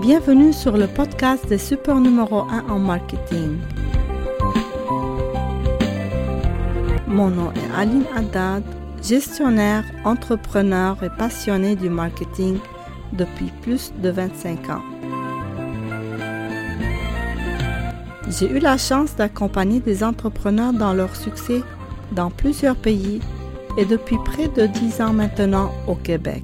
Bienvenue sur le podcast des super numéro 1 en marketing. Mon nom est Aline Haddad, gestionnaire, entrepreneur et passionnée du marketing depuis plus de 25 ans. J'ai eu la chance d'accompagner des entrepreneurs dans leur succès dans plusieurs pays et depuis près de 10 ans maintenant au Québec.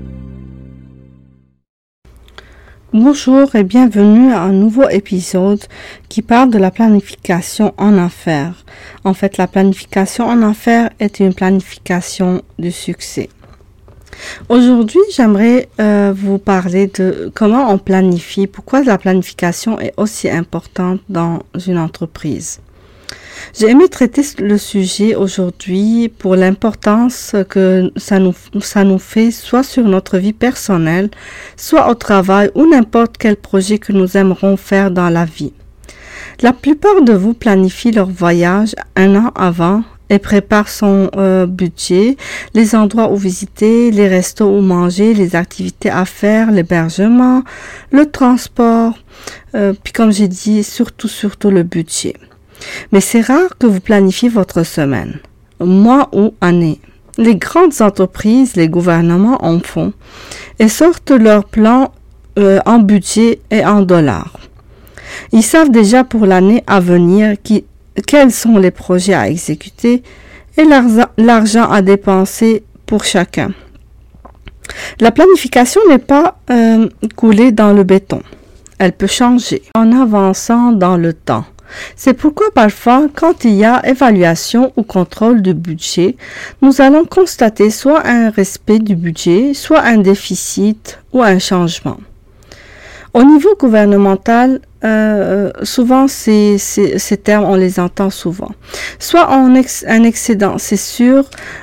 Bonjour et bienvenue à un nouveau épisode qui parle de la planification en affaires. En fait, la planification en affaires est une planification du succès. Aujourd'hui, j'aimerais vous parler de comment on planifie, pourquoi la planification est aussi importante dans une entreprise. J'ai aimé traiter le sujet aujourd'hui pour l'importance que ça nous fait soit sur notre vie personnelle, soit au travail ou n'importe quel projet que nous aimerons faire dans la vie. La plupart de vous planifient leur voyage un an avant et préparent son budget, les endroits où visiter, les restos où manger, les activités à faire, l'hébergement, le transport, puis comme j'ai dit, surtout le budget. Mais c'est rare que vous planifiez votre semaine, mois ou année. Les grandes entreprises, les gouvernements en font et sortent leurs plans en budget et en dollars. Ils savent déjà pour l'année à venir quels sont les projets à exécuter et l'argent à dépenser pour chacun. La planification n'est pas coulée dans le béton. Elle peut changer en avançant dans le temps. C'est pourquoi parfois, quand il y a évaluation ou contrôle du budget, nous allons constater soit un respect du budget, soit un déficit ou un changement. Au niveau gouvernemental, souvent ces termes, on les entend souvent. Soit un excédent, c'est sûr,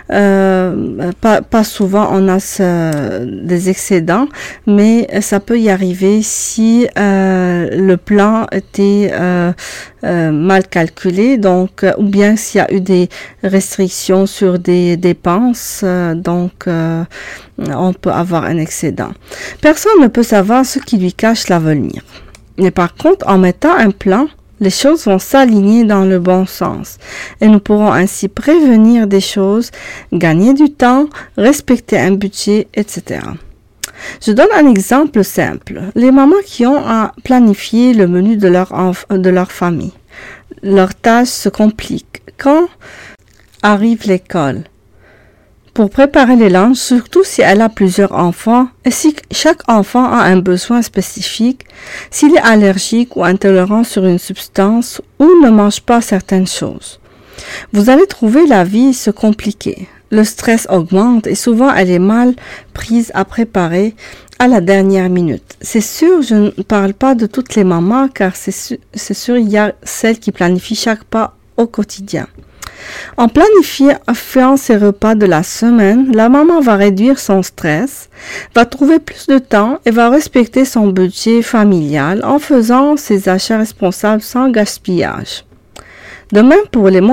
pas souvent on a des excédents, mais ça peut y arriver si le plan était mal calculé, donc ou bien s'il y a eu des restrictions sur des dépenses, donc on peut avoir un excédent. Personne ne peut savoir ce qui lui cache l'avenir. Mais par contre, en mettant un plan, les choses vont s'aligner dans le bon sens et nous pourrons ainsi prévenir des choses, gagner du temps, respecter un budget, etc. Je donne un exemple simple. Les mamans qui ont à planifier le menu de leur famille. Leur tâche se complique quand arrive l'école. Pour préparer les lunchs, surtout si elle a plusieurs enfants et si chaque enfant a un besoin spécifique, s'il est allergique ou intolérant sur une substance ou ne mange pas certaines choses. Vous allez trouver la vie se compliquer. Le stress augmente et souvent elle est mal prise à préparer à la dernière minute. C'est sûr, je ne parle pas de toutes les mamans car c'est sûr il y a celles qui planifient chaque pas au quotidien. En planifiant ses repas de la semaine, la maman va réduire son stress, va trouver plus de temps et va respecter son budget familial en faisant ses achats responsables sans gaspillage. De même pour les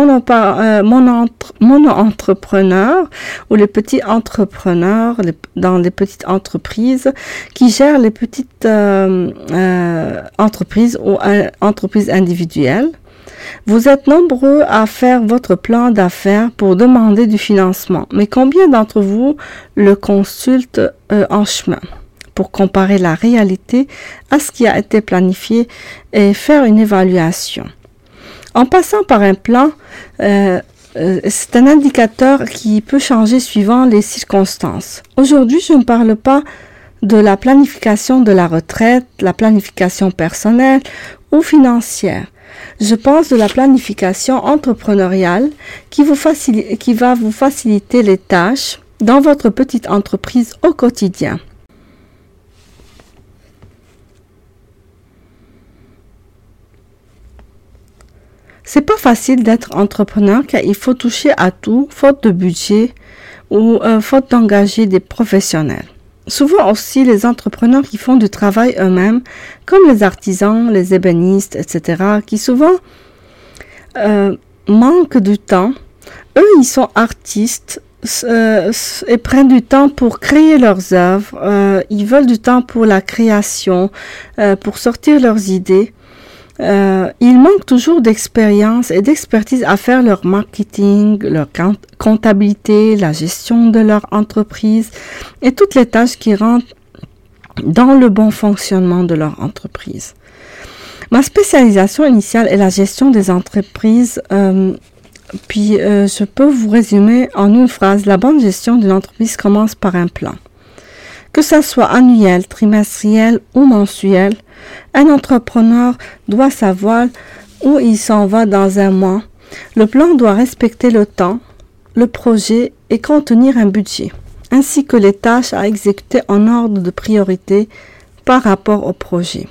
mono-entrepreneurs ou les petits entrepreneurs dans les petites entreprises qui gèrent les petites entreprises ou entreprises individuelles. Vous êtes nombreux à faire votre plan d'affaires pour demander du financement, mais combien d'entre vous le consultent en chemin pour comparer la réalité à ce qui a été planifié et faire une évaluation? En passant par un plan, c'est un indicateur qui peut changer suivant les circonstances. Aujourd'hui, je ne parle pas de la planification de la retraite, la planification personnelle ou financière. Je pense de la planification entrepreneuriale qui va vous faciliter les tâches dans votre petite entreprise au quotidien. C'est pas facile d'être entrepreneur car il faut toucher à tout, faute de budget ou faute d'engager des professionnels. Souvent aussi, les entrepreneurs qui font du travail eux-mêmes, comme les artisans, les ébénistes, etc., qui souvent manquent du temps, eux, ils sont artistes et prennent du temps pour créer leurs œuvres. Ils veulent du temps pour la création, pour sortir leurs idées. Ils manquent toujours d'expérience et d'expertise à faire leur marketing, leur comptabilité, la gestion de leur entreprise et toutes les tâches qui rentrent dans le bon fonctionnement de leur entreprise. Ma spécialisation initiale est la gestion des entreprises. Je peux vous résumer en une phrase. La bonne gestion d'une entreprise commence par un plan. Que ça soit annuel, trimestriel ou mensuel, un entrepreneur doit savoir où il s'en va dans un mois. Le plan doit respecter le temps, le projet et contenir un budget, ainsi que les tâches à exécuter en ordre de priorité par rapport au projet.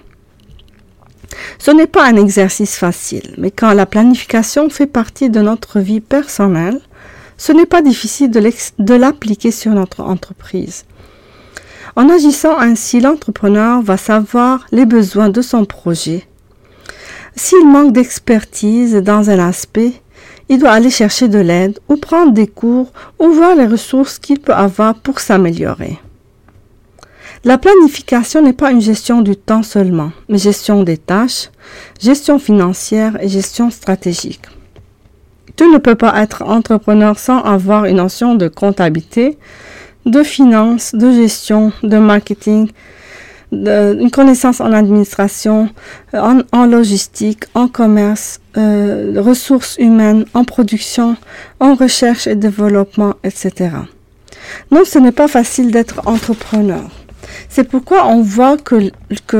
Ce n'est pas un exercice facile, mais quand la planification fait partie de notre vie personnelle, ce n'est pas difficile de l'appliquer sur notre entreprise. En agissant ainsi, l'entrepreneur va savoir les besoins de son projet. S'il manque d'expertise dans un aspect, il doit aller chercher de l'aide ou prendre des cours ou voir les ressources qu'il peut avoir pour s'améliorer. La planification n'est pas une gestion du temps seulement, mais gestion des tâches, gestion financière et gestion stratégique. Tu ne peux pas être entrepreneur sans avoir une notion de comptabilité, de finance, de gestion, de marketing, une connaissance en administration, en logistique, en commerce, ressources humaines, en production, en recherche et développement, etc. Non, ce n'est pas facile d'être entrepreneur. C'est pourquoi on voit que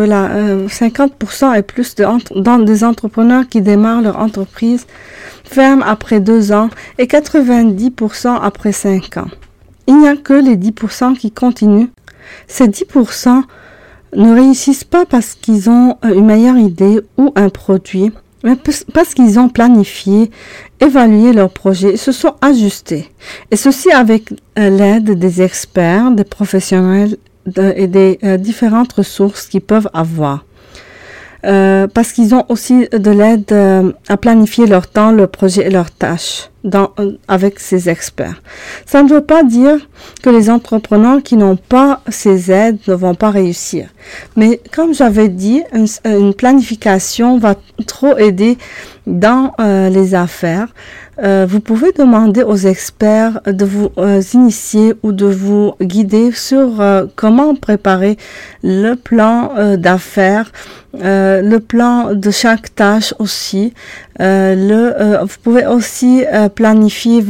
50% et plus des entrepreneurs qui démarrent leur entreprise ferment après 2 ans et 90% après 5 ans. Il n'y a que les 10% qui continuent. Ces 10% ne réussissent pas parce qu'ils ont une meilleure idée ou un produit, mais parce qu'ils ont planifié, évalué leur projet et se sont ajustés. Et ceci avec l'aide des experts, des professionnels et des différentes ressources qu'ils peuvent avoir. Parce qu'ils ont aussi de l'aide à planifier leur temps, leur projet et leurs tâches avec ces experts. Ça ne veut pas dire que les entrepreneurs qui n'ont pas ces aides ne vont pas réussir. Mais comme j'avais dit, une planification va trop aider dans les affaires. Vous pouvez demander aux experts de vous initier ou de vous guider sur comment préparer le plan d'affaires, le plan de chaque tâche aussi. Vous pouvez aussi planifier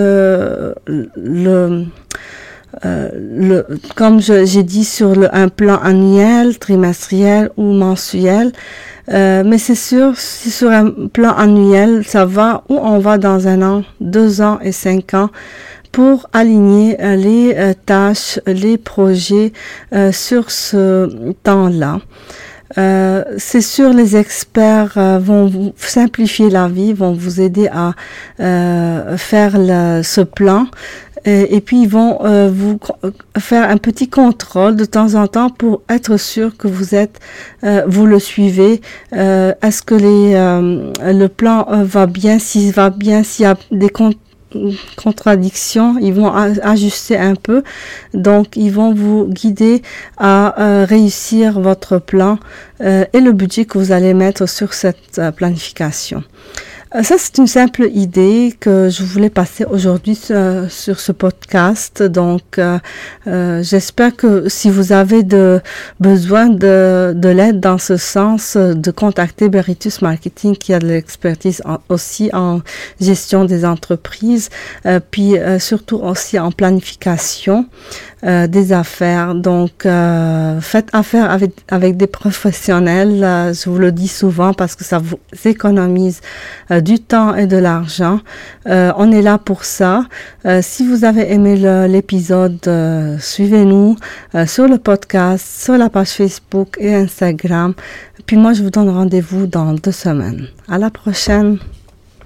comme j'ai dit sur un plan annuel, trimestriel ou mensuel. Mais c'est sûr, si sur un plan annuel, ça va où on va dans 1 an, 2 ans et 5 ans pour aligner les tâches, les projets sur ce temps-là. C'est sûr, les experts vont vous simplifier la vie, vont vous aider à faire ce plan. Et puis ils vont vous faire un petit contrôle de temps en temps pour être sûr que vous le suivez. Est-ce que le plan va bien? S'il va bien, s'il y a des contradictions, ils vont ajuster un peu. Donc ils vont vous guider à réussir votre plan et le budget que vous allez mettre sur cette planification. Ça, c'est une simple idée que je voulais passer aujourd'hui sur ce podcast. Donc, j'espère que si vous avez besoin de l'aide dans ce sens, de contacter Beritus Marketing qui a de l'expertise aussi en gestion des entreprises, puis surtout aussi en planification des affaires. Donc, faites affaire avec des professionnels. Je vous le dis souvent parce que ça vous économise du temps et de l'argent. On est là pour ça. Si vous avez aimé l'épisode, suivez-nous sur le podcast, sur la page Facebook et Instagram. Puis moi, je vous donne rendez-vous dans 2 semaines. À la prochaine!